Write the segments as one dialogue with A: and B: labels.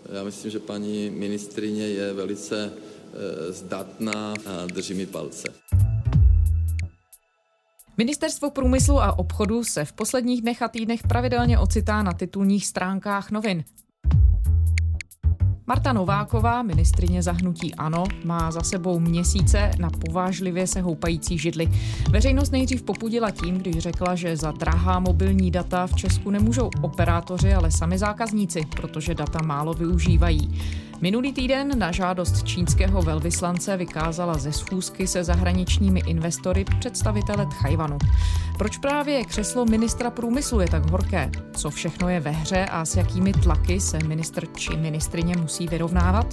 A: Já myslím, že paní ministryně je velice zdatná a drží mi palce.
B: Ministerstvo průmyslu a obchodu se v posledních dnech a týdnech pravidelně ocitá na titulních stránkách novin. Marta Nováková, ministryně za hnutí ANO, má za sebou měsíce na povážlivě se houpající židli. Veřejnost nejdřív popudila tím, když řekla, že za drahá mobilní data v Česku nemůžou operátoři, ale sami zákazníci, protože data málo využívají. Minulý týden na žádost čínského velvyslance vykázala ze schůzky se zahraničními investory představitele Tchajwanu. Proč právě křeslo ministra průmyslu je tak horké? Co všechno je ve hře a s jakými tlaky se ministr či ministryně musí vyrovnávat?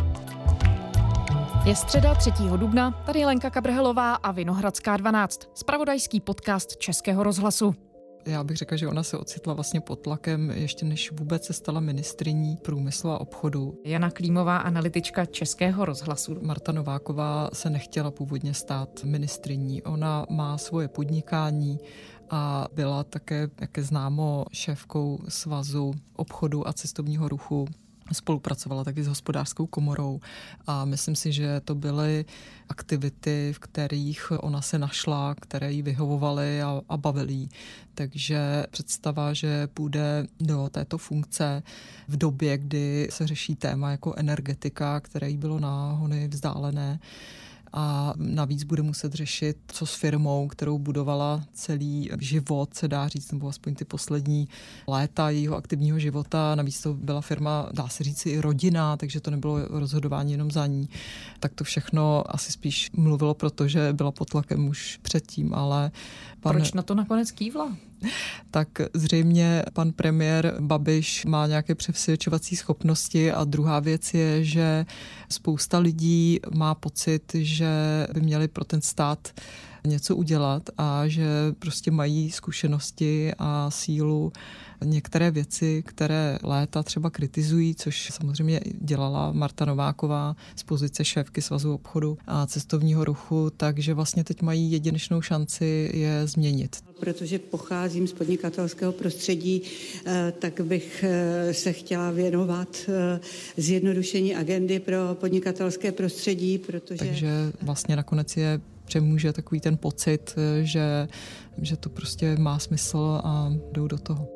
B: Je středa 3. dubna, tady Lenka Kabrhelová a Vinohradská 12, zpravodajský podcast Českého rozhlasu.
C: Já bych řekla, že ona se ocitla vlastně pod tlakem, ještě než vůbec se stala ministryní průmyslu a obchodu.
B: Jana Klímová, analytička Českého rozhlasu.
C: Marta Nováková se nechtěla původně stát ministryní. Ona má svoje podnikání a byla také, jak je známo, šéfkou Svazu obchodu a cestovního ruchu. Spolupracovala taky s Hospodářskou komorou a myslím si, že to byly aktivity, v kterých ona se našla, které jí vyhovovaly a bavily jí. Takže představa, že půjde do této funkce v době, kdy se řeší téma jako energetika, které jí bylo náhony vzdálené, a navíc bude muset řešit, co s firmou, kterou budovala celý život, se dá říct, nebo aspoň ty poslední léta jejího aktivního života. Navíc to byla firma, dá se říct, i rodina, takže to nebylo rozhodování jenom za ní. Tak to všechno asi spíš mluvilo, protože byla pod tlakem už předtím, ale...
B: Proč na to nakonec kývla?
C: Tak zřejmě pan premiér Babiš má nějaké přesvědčovací schopnosti a druhá věc je, že spousta lidí má pocit, že by měli pro ten stát něco udělat a že prostě mají zkušenosti a sílu některé věci, které léta třeba kritizují, což samozřejmě dělala Marta Nováková z pozice šéfky Svazu obchodu a cestovního ruchu, takže vlastně teď mají jedinečnou šanci je změnit.
D: Protože pocházím z podnikatelského prostředí, tak bych se chtěla věnovat zjednodušení agendy pro podnikatelské prostředí, protože...
C: Takže vlastně nakonec je přemůže takový ten pocit, že to prostě má smysl a jdou do toho.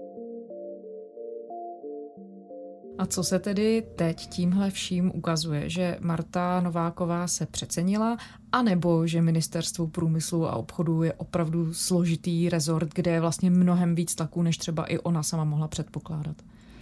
B: A co se tedy teď tímhle vším ukazuje? Že Marta Nováková se přecenila, anebo že ministerstvo průmyslu a obchodu je opravdu složitý rezort, kde je vlastně mnohem víc tlaků, než třeba i ona sama mohla předpokládat?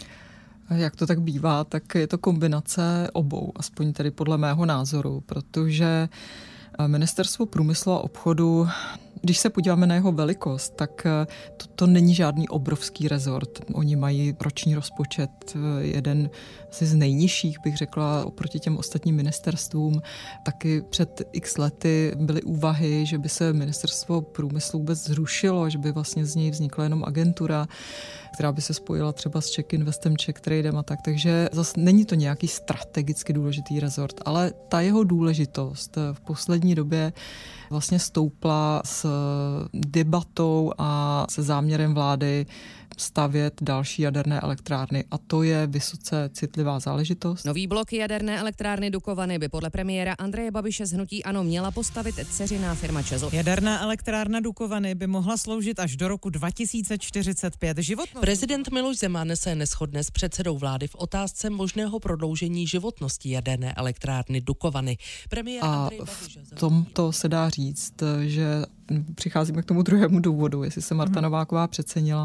C: Jak to tak bývá, tak je to kombinace obou, aspoň tedy podle mého názoru, protože ministerstvo průmyslu a obchodu, když se podíváme na jeho velikost, tak to není žádný obrovský rezort. Oni mají roční rozpočet jeden z nejnižších, bych řekla, oproti těm ostatním ministerstvům. Taky před x lety byly úvahy, že by se ministerstvo průmyslu vůbec zrušilo, že by vlastně z něj vznikla jenom agentura, která by se spojila třeba s Czech Investem, Czech Tradem a tak. Takže zase není to nějaký strategicky důležitý rezort, ale ta jeho důležitost v poslední době vlastně stoupla s debatou a se záměrem vlády stavět další jaderné elektrárny. A to je vysoce citlivá záležitost.
E: Nový blok jaderné elektrárny Dukovany by podle premiéra Andreje Babiše z hnutí ANO měla postavit dceřiná firma ČEZO.
F: Jaderná elektrárna Dukovany by mohla sloužit až do roku 2045.
G: Prezident Miloš Zeman se neshodne s předsedou vlády v otázce možného prodloužení životnosti jaderné elektrárny Dukovany.
C: A v tomto se dá říct, že přicházíme k tomu druhému důvodu, jestli se Marta Nováková přecenila.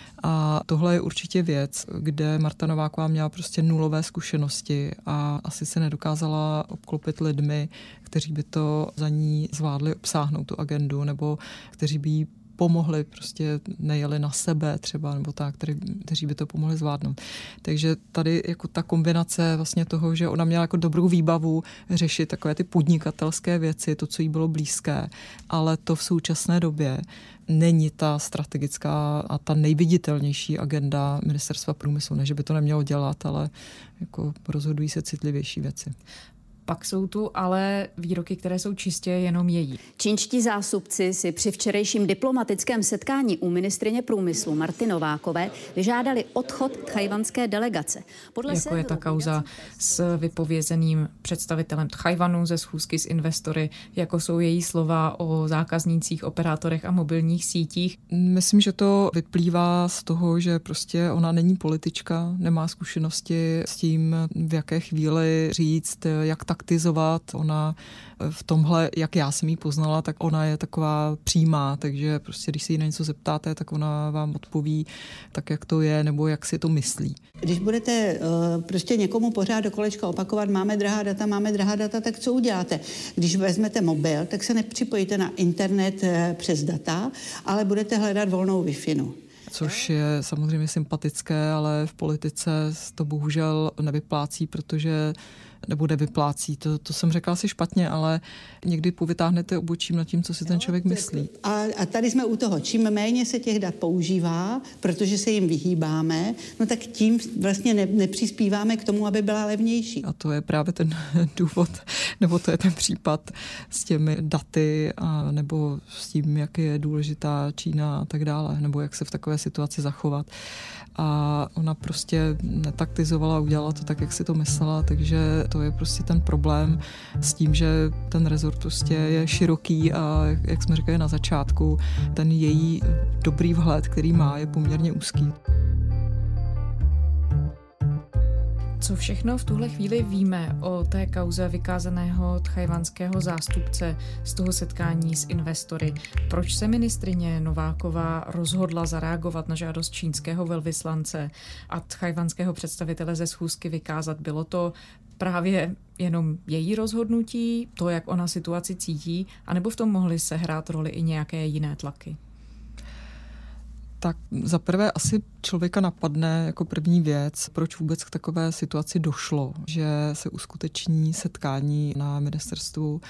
C: A tohle je určitě věc, kde Marta Nováková měla prostě nulové zkušenosti a asi se nedokázala obklopit lidmi, kteří by to za ní zvládli obsáhnout tu agendu, nebo kteří by jí pomohli, prostě nejeli na sebe třeba, nebo tak, kteří by to pomohli zvládnout. Takže tady jako ta kombinace vlastně toho, že ona měla jako dobrou výbavu řešit takové ty podnikatelské věci, to, co jí bylo blízké, ale to v současné době není ta strategická a ta nejviditelnější agenda ministerstva průmyslu. Ne, že by to nemělo dělat, ale jako rozhodují se citlivější věci.
B: Pak jsou tu ale výroky, které jsou čistě jenom její.
H: Čínští zástupci si při včerejším diplomatickém setkání u ministryně průmyslu Marty Novákové vyžádali odchod tchajwanské delegace.
B: Jako je ta kauza s vypovězeným představitelem Tchajwanu ze schůzky s investory, jako jsou její slova o zákaznících, operátorech a mobilních sítích.
C: Myslím, že to vyplývá z toho, že prostě ona není politička, nemá zkušenosti s tím, v jaké chvíli říct, jak taktizovat. Ona v tomhle, jak já jsem ji poznala, tak ona je taková přímá, takže prostě když si ji na něco zeptáte, tak ona vám odpoví tak, jak to je, nebo jak si to myslí.
D: Když budete prostě někomu pořád do kolečka opakovat, máme drahá data, tak co uděláte? Když vezmete mobil, tak se nepřipojíte na internet přes data, ale budete hledat volnou Wi-Fi.
C: Což je samozřejmě sympatické, ale v politice to bohužel nevyplácí, protože nebo nevyplácí. To jsem řekla asi špatně, ale někdy povytáhnete obočím nad tím, co si ten člověk myslí.
D: A tady jsme u toho, čím méně se těch dat používá, protože se jim vyhýbáme, no tak tím vlastně nepřispíváme k tomu, aby byla levnější.
C: A to je právě ten důvod, nebo to je ten případ s těmi daty, a nebo s tím, jak je důležitá Čína a tak dále, nebo jak se v takové situaci zachovat. A ona prostě netaktizovala, udělala to tak, jak si to myslela, takže to je prostě ten problém s tím, že ten rezort prostě je široký a jak jsme říkali na začátku, ten její dobrý vhled, který má, je poměrně úzký.
B: Co všechno v tuhle chvíli víme o té kauze vykázaného tchajwanského zástupce z toho setkání s investory? Proč se ministryně Nováková rozhodla zareagovat na žádost čínského velvyslance a tchajwanského představitele ze schůzky vykázat? Bylo to právě jenom její rozhodnutí, to, jak ona situaci cítí, anebo v tom mohly sehrát roli i nějaké jiné tlaky?
C: Tak za prvé asi člověka napadne jako první věc, proč vůbec k takové situaci došlo, že se uskuteční setkání na ministerstvu,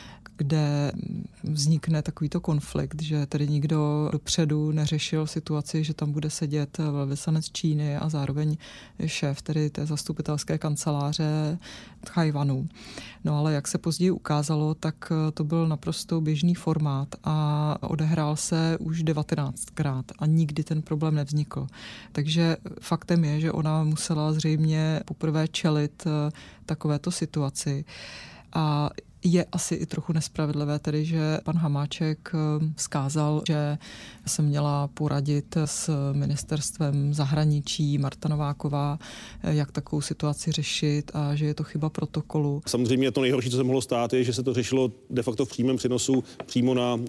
C: kde vznikne takovýto konflikt, že tedy nikdo dopředu neřešil situaci, že tam bude sedět velvyslanec Číny a zároveň šéf tedy té zastupitelské kanceláře Tchajwanu. No ale jak se později ukázalo, tak to byl naprosto běžný formát a odehrál se už 19krát a nikdy ten problém nevznikl. Takže faktem je, že ona musela zřejmě poprvé čelit takovéto situaci. A je asi i trochu nespravedlivé tedy, že pan Hamáček vzkázal, že se měla poradit s ministerstvem zahraničí Marta Nováková, jak takovou situaci řešit a že je to chyba protokolu.
I: Samozřejmě to nejhorší, co se mohlo stát, je, že se to řešilo de facto v přímém přenosu přímo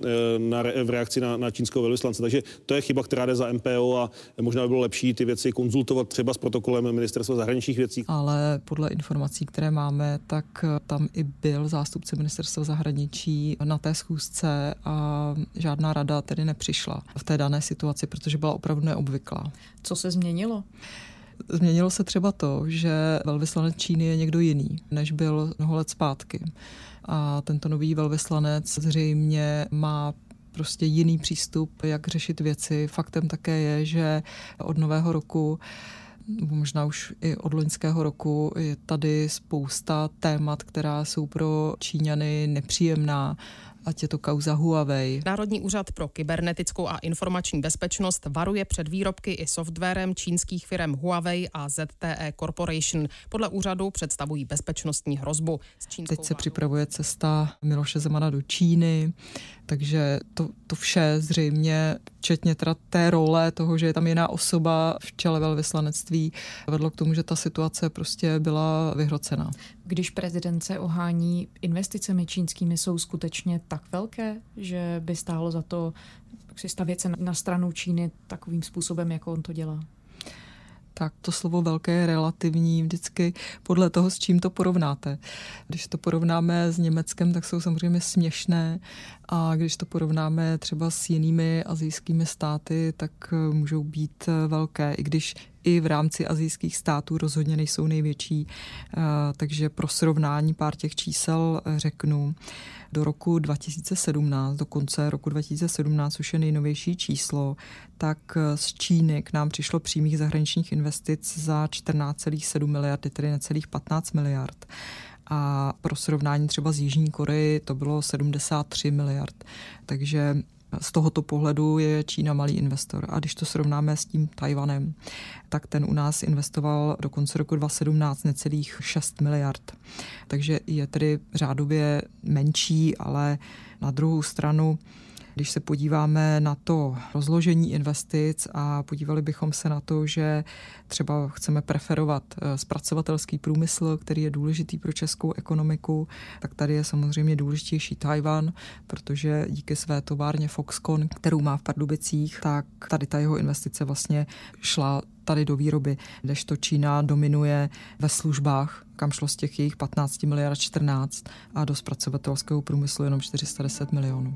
I: v reakci na čínského velvyslance. Takže to je chyba, která jde za MPO a možná by bylo lepší ty věci konzultovat třeba s protokolem ministerstva zahraničních věcí.
C: Ale podle informací, které máme, tak tam i byl zástupce ministerstva zahraničí na té schůzce a žádná rada tedy nepřišla v té dané situaci, protože byla opravdu neobvyklá.
B: Co se změnilo?
C: Změnilo se třeba to, že velvyslanec Číny je někdo jiný, než byl mnoho let zpátky. A tento nový velvyslanec zřejmě má prostě jiný přístup, jak řešit věci. Faktem také je, že od nového roku možná už i od loňského roku je tady spousta témat, která jsou pro Číňany nepříjemná, ať je to kauza Huawei.
J: Národní úřad pro kybernetickou a informační bezpečnost varuje před výrobky i softwarem čínských firem Huawei a ZTE Corporation. Podle úřadu představují bezpečnostní hrozbu.
C: Teď se připravuje cesta Miloše Zemana do Číny, takže to vše zřejmě, včetně teda té role toho, že je tam jiná osoba v čele velvyslanectví, vedlo k tomu, že ta situace prostě byla vyhrocená.
B: Když prezident se ohání investicemi čínskými, jsou skutečně tak velké, že by stálo za to si stavět se na stranu Číny takovým způsobem, jako on to dělá?
C: Tak to slovo velké je relativní vždycky podle toho, s čím to porovnáte. Když to porovnáme s Německem, tak jsou samozřejmě směšné a když to porovnáme třeba s jinými asijskými státy, tak můžou být velké, i když i v rámci asijských států rozhodně nejsou největší. Takže pro srovnání pár těch čísel řeknu. Do roku 2017, do konce roku 2017, už je nejnovější číslo, tak z Číny k nám přišlo přímých zahraničních investic za 14,7 miliardy, tedy necelých 15 miliard. a pro srovnání třeba z Jižní Koreji to bylo 73 miliard. Takže z tohoto pohledu je Čína malý investor. A když to srovnáme s tím Tchaj-wanem, tak ten u nás investoval do konce roku 2017 necelých 6 miliard. Takže je tedy řádově menší, ale na druhou stranu, když se podíváme na to rozložení investic a podívali bychom se na to, že třeba chceme preferovat zpracovatelský průmysl, který je důležitý pro českou ekonomiku, tak tady je samozřejmě důležitější Tchaj-wan, protože díky své továrně Foxconn, kterou má v Pardubicích, tak tady ta jeho investice vlastně šla tady do výroby, kdežto Čína dominuje ve službách, kam šlo z těch jejich 15 miliard 14 a do zpracovatelského průmyslu jenom 410 milionů.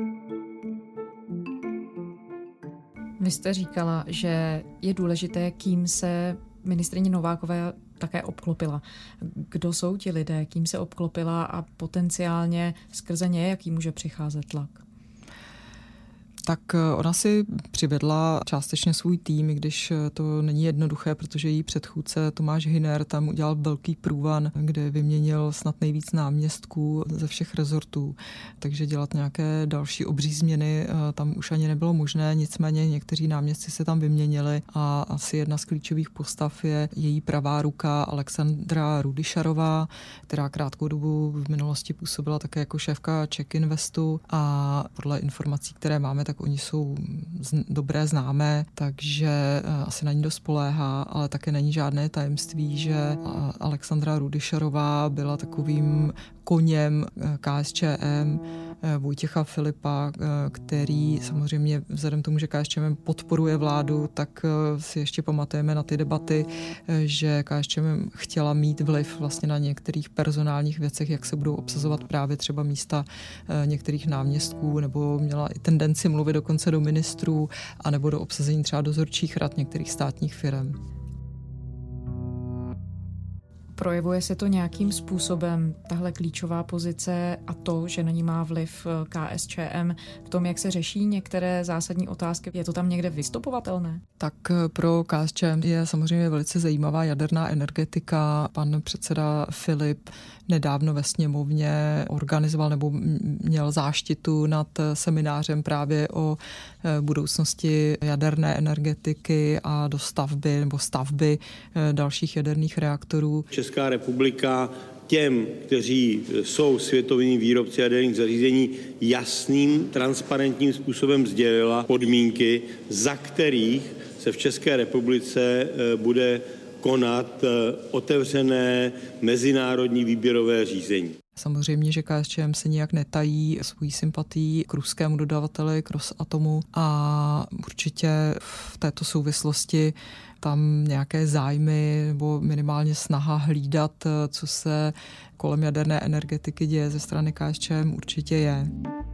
B: Vy jste říkala, že je důležité, kým se ministryně Nováková také obklopila. Kdo jsou ti lidé, kým se obklopila a potenciálně skrze ně, jaký může přicházet tlak?
C: Tak ona si přivedla částečně svůj tým, i když to není jednoduché, protože její předchůdce Tomáš Hüner tam udělal velký průvan, kde vyměnil snad nejvíc náměstků ze všech rezortů. Takže dělat nějaké další obří změny tam už ani nebylo možné, nicméně někteří náměstci se tam vyměnili a asi jedna z klíčových postav je její pravá ruka Alexandra Rudyšarová, která krátkou dobu v minulosti působila také jako šéfka Czech Investu a podle informací, které máme, tak oni jsou dobré známé, takže asi na ní dost spoléhá, ale také není žádné tajemství, že Alexandra Rudyšarová byla takovým koněm KSČM Vojtěcha Filipa, který samozřejmě vzhledem tomu, že KSČM podporuje vládu, tak si ještě pamatujeme na ty debaty, že KSČM chtěla mít vliv vlastně na některých personálních věcech, jak se budou obsazovat právě třeba místa některých náměstků, nebo měla i tendenci mluvit dokonce do ministrů, anebo do obsazení třeba dozorčích rad některých státních firem.
B: Projevuje se to nějakým způsobem, tahle klíčová pozice a to, že na ní má vliv KSČM v tom, jak se řeší některé zásadní otázky? Je to tam někde vystupovatelné?
C: Tak pro KSČM je samozřejmě velice zajímavá jaderná energetika. Pan předseda Filip nedávno ve sněmovně organizoval nebo měl záštitu nad seminářem právě o budoucnosti jaderné energetiky a dostavby nebo stavby dalších jaderných reaktorů.
K: Česká republika těm, kteří jsou světovými výrobci jaderných zařízení, jasným, transparentním způsobem sdělila podmínky, za kterých se v České republice bude konat otevřené mezinárodní výběrové řízení.
C: Samozřejmě, že KSČM se nijak netají svojí sympatí k ruskému dodavateli, k Rosatomu a určitě v této souvislosti tam nějaké zájmy nebo minimálně snaha hlídat, co se kolem jaderné energetiky děje ze strany KSČM, určitě je.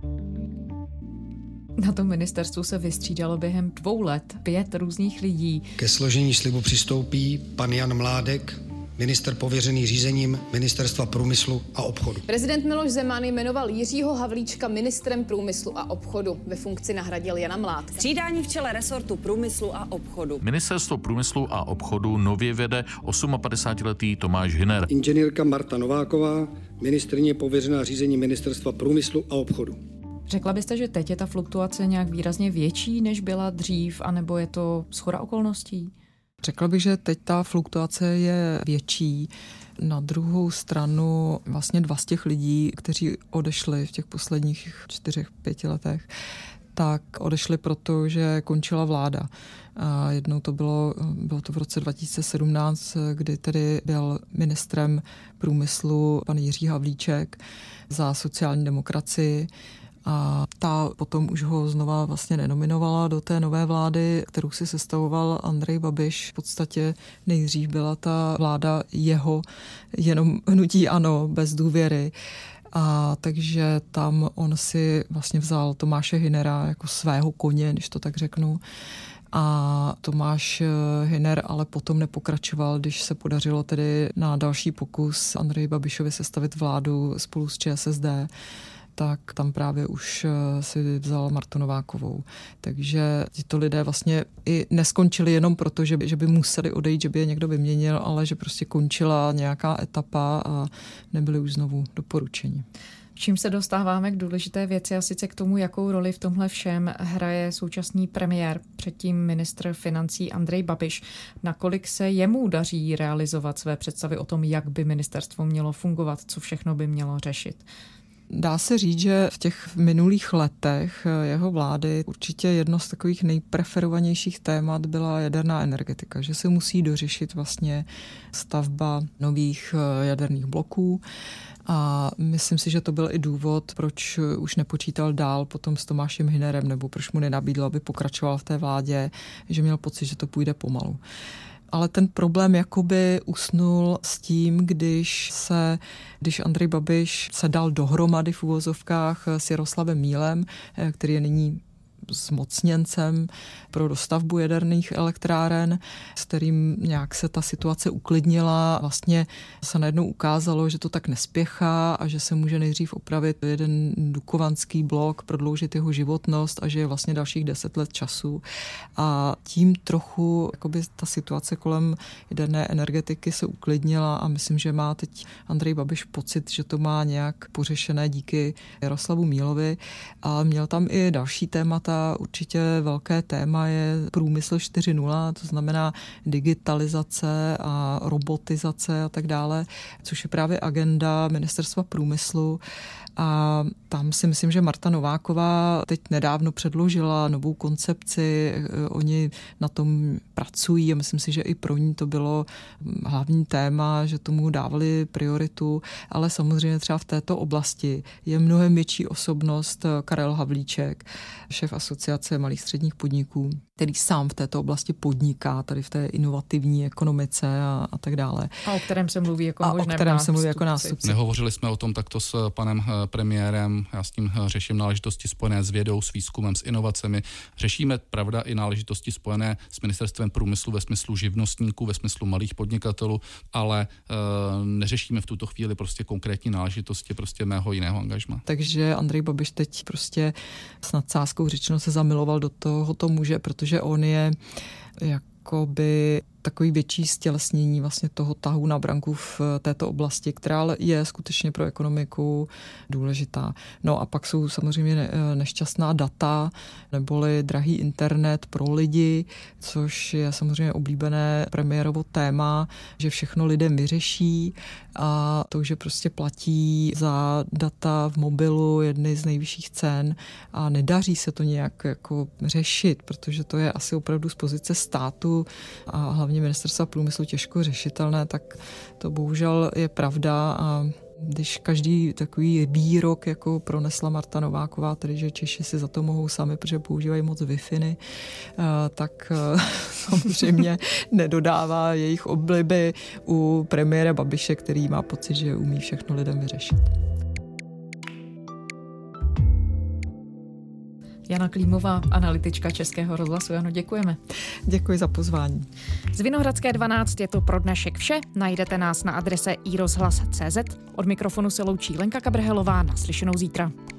B: Na tom ministerstvu se vystřídalo během 2 let 5 různých lidí.
L: Ke složení slibu přistoupí pan Jan Mládek, ministr pověřený řízením Ministerstva průmyslu a obchodu.
M: Prezident Miloš Zeman jmenoval Jiřího Havlíčka ministrem průmyslu a obchodu. Ve funkci nahradil Jana Mládka.
N: Střídání v čele resortu průmyslu a obchodu.
O: Ministerstvo průmyslu a obchodu nově vede 58letý Tomáš Hüner.
L: Inženýrka Marta Nováková, ministryně pověřená řízením Ministerstva průmyslu a obchodu.
B: Řekla byste, že teď je ta fluktuace nějak výrazně větší, než byla dřív, anebo je to shoda okolností?
C: Řekla bych, že teď ta fluktuace je větší. Na druhou stranu vlastně 2 z těch lidí, kteří odešli v těch posledních 4-5 letech, tak odešli proto, že končila vláda. A jednou to bylo to v roce 2017, kdy tedy byl ministrem průmyslu pan Jiří Havlíček za sociální demokracii. A ta potom už ho znova vlastně nenominovala do té nové vlády, kterou si sestavoval Andrej Babiš. V podstatě nejdřív byla ta vláda jeho, jenom hnutí ANO, bez důvěry. A takže tam on si vlastně vzal Tomáše Hünera jako svého koně, když to tak řeknu. A Tomáš Hüner ale potom nepokračoval, když se podařilo tedy na další pokus Andreji Babišovi sestavit vládu spolu s ČSSD. tak tam právě už si vzal Martu Novákovou. Takže tito lidé vlastně i neskončili jenom proto, že by museli odejít, že by je někdo vyměnil, ale že prostě končila nějaká etapa a nebyli už znovu doporučeni.
B: Čím se dostáváme k důležité věci a sice k tomu, jakou roli v tomhle všem hraje současný premiér, předtím ministr financí Andrej Babiš. Nakolik se jemu daří realizovat své představy o tom, jak by ministerstvo mělo fungovat, co všechno by mělo řešit?
C: Dá se říct, že v těch minulých letech jeho vlády určitě jedno z takových nejpreferovanějších témat byla jaderná energetika, že se musí dořešit vlastně stavba nových jaderných bloků. A myslím si, že to byl i důvod, proč už nepočítal dál potom s Tomášem Hünerem, nebo proč mu nenabídl, aby pokračoval v té vládě, že měl pocit, že to půjde pomalu. Ale ten problém jakoby usnul s tím, když Andrej Babiš se dal dohromady v uvozovkách s Jaroslavem Mílem, který je nyní zmocněncem pro dostavbu jaderných elektráren, s kterým nějak se ta situace uklidnila. Vlastně se najednou ukázalo, že to tak nespěchá a že se může nejdřív opravit jeden dukovanský blok, prodloužit jeho životnost a že je vlastně dalších 10 let času. A tím trochu jakoby ta situace kolem jaderné energetiky se uklidnila a myslím, že má teď Andrej Babiš pocit, že to má nějak pořešené díky Jaroslavu Mílovi. A měl tam i další témata. Určitě velké téma je průmysl 4.0, to znamená digitalizace a robotizace a tak dále, což je právě agenda Ministerstva průmyslu. A tam si myslím, že Marta Nováková teď nedávno předložila novou koncepci, oni na tom pracují a myslím si, že i pro ní to bylo hlavní téma, že tomu dávali prioritu, ale samozřejmě třeba v této oblasti je mnohem větší osobnost Karel Havlíček, šéf Asociace malých středních podniků, který sám v této oblasti podniká, tady v té inovativní ekonomice a tak dále.
B: A o kterém se mluví jako nástupci.
P: Nehovořili jsme o tom takto s panem premiérem, já s tím řeším náležitosti spojené s vědou, s výzkumem, s inovacemi. Řešíme, pravda, i náležitosti spojené s ministerstvem průmyslu ve smyslu živnostníků, ve smyslu malých podnikatelů, ale neřešíme v tuto chvíli prostě konkrétní náležitosti prostě mého jiného angažma.
C: Takže Andrej Babiš teď prostě s nadsázkou řečeno se zamiloval do tohoto muže, protože on je jakoby takový větší stělesnění vlastně toho tahu na branku v této oblasti, která je skutečně pro ekonomiku důležitá. No a pak jsou samozřejmě nešťastná data, neboli drahý internet pro lidi, což je samozřejmě oblíbené premiérovo téma, že všechno lidem vyřeší a to, že prostě platí za data v mobilu jedny z nejvyšších cen a nedaří se to nějak jako řešit, protože to je asi opravdu z pozice státu a hlavně ministerstva průmyslu těžko řešitelné, tak to bohužel je pravda a když každý takový výrok jako pronesla Marta Nováková, tedy že Češi si za to mohou sami, protože používají moc Wi-Fi, tak samozřejmě nedodává jejich obliby u premiéra Babiše, který má pocit, že umí všechno lidem vyřešit.
B: Jana Klímová, analytička Českého rozhlasu. Jano, děkujeme.
C: Děkuji za pozvání.
B: Z Vinohradské 12 je to pro dnešek vše. Najdete nás na adrese iRozhlas.cz. Od mikrofonu se loučí Lenka Kabrhelová. Naslyšenou zítra.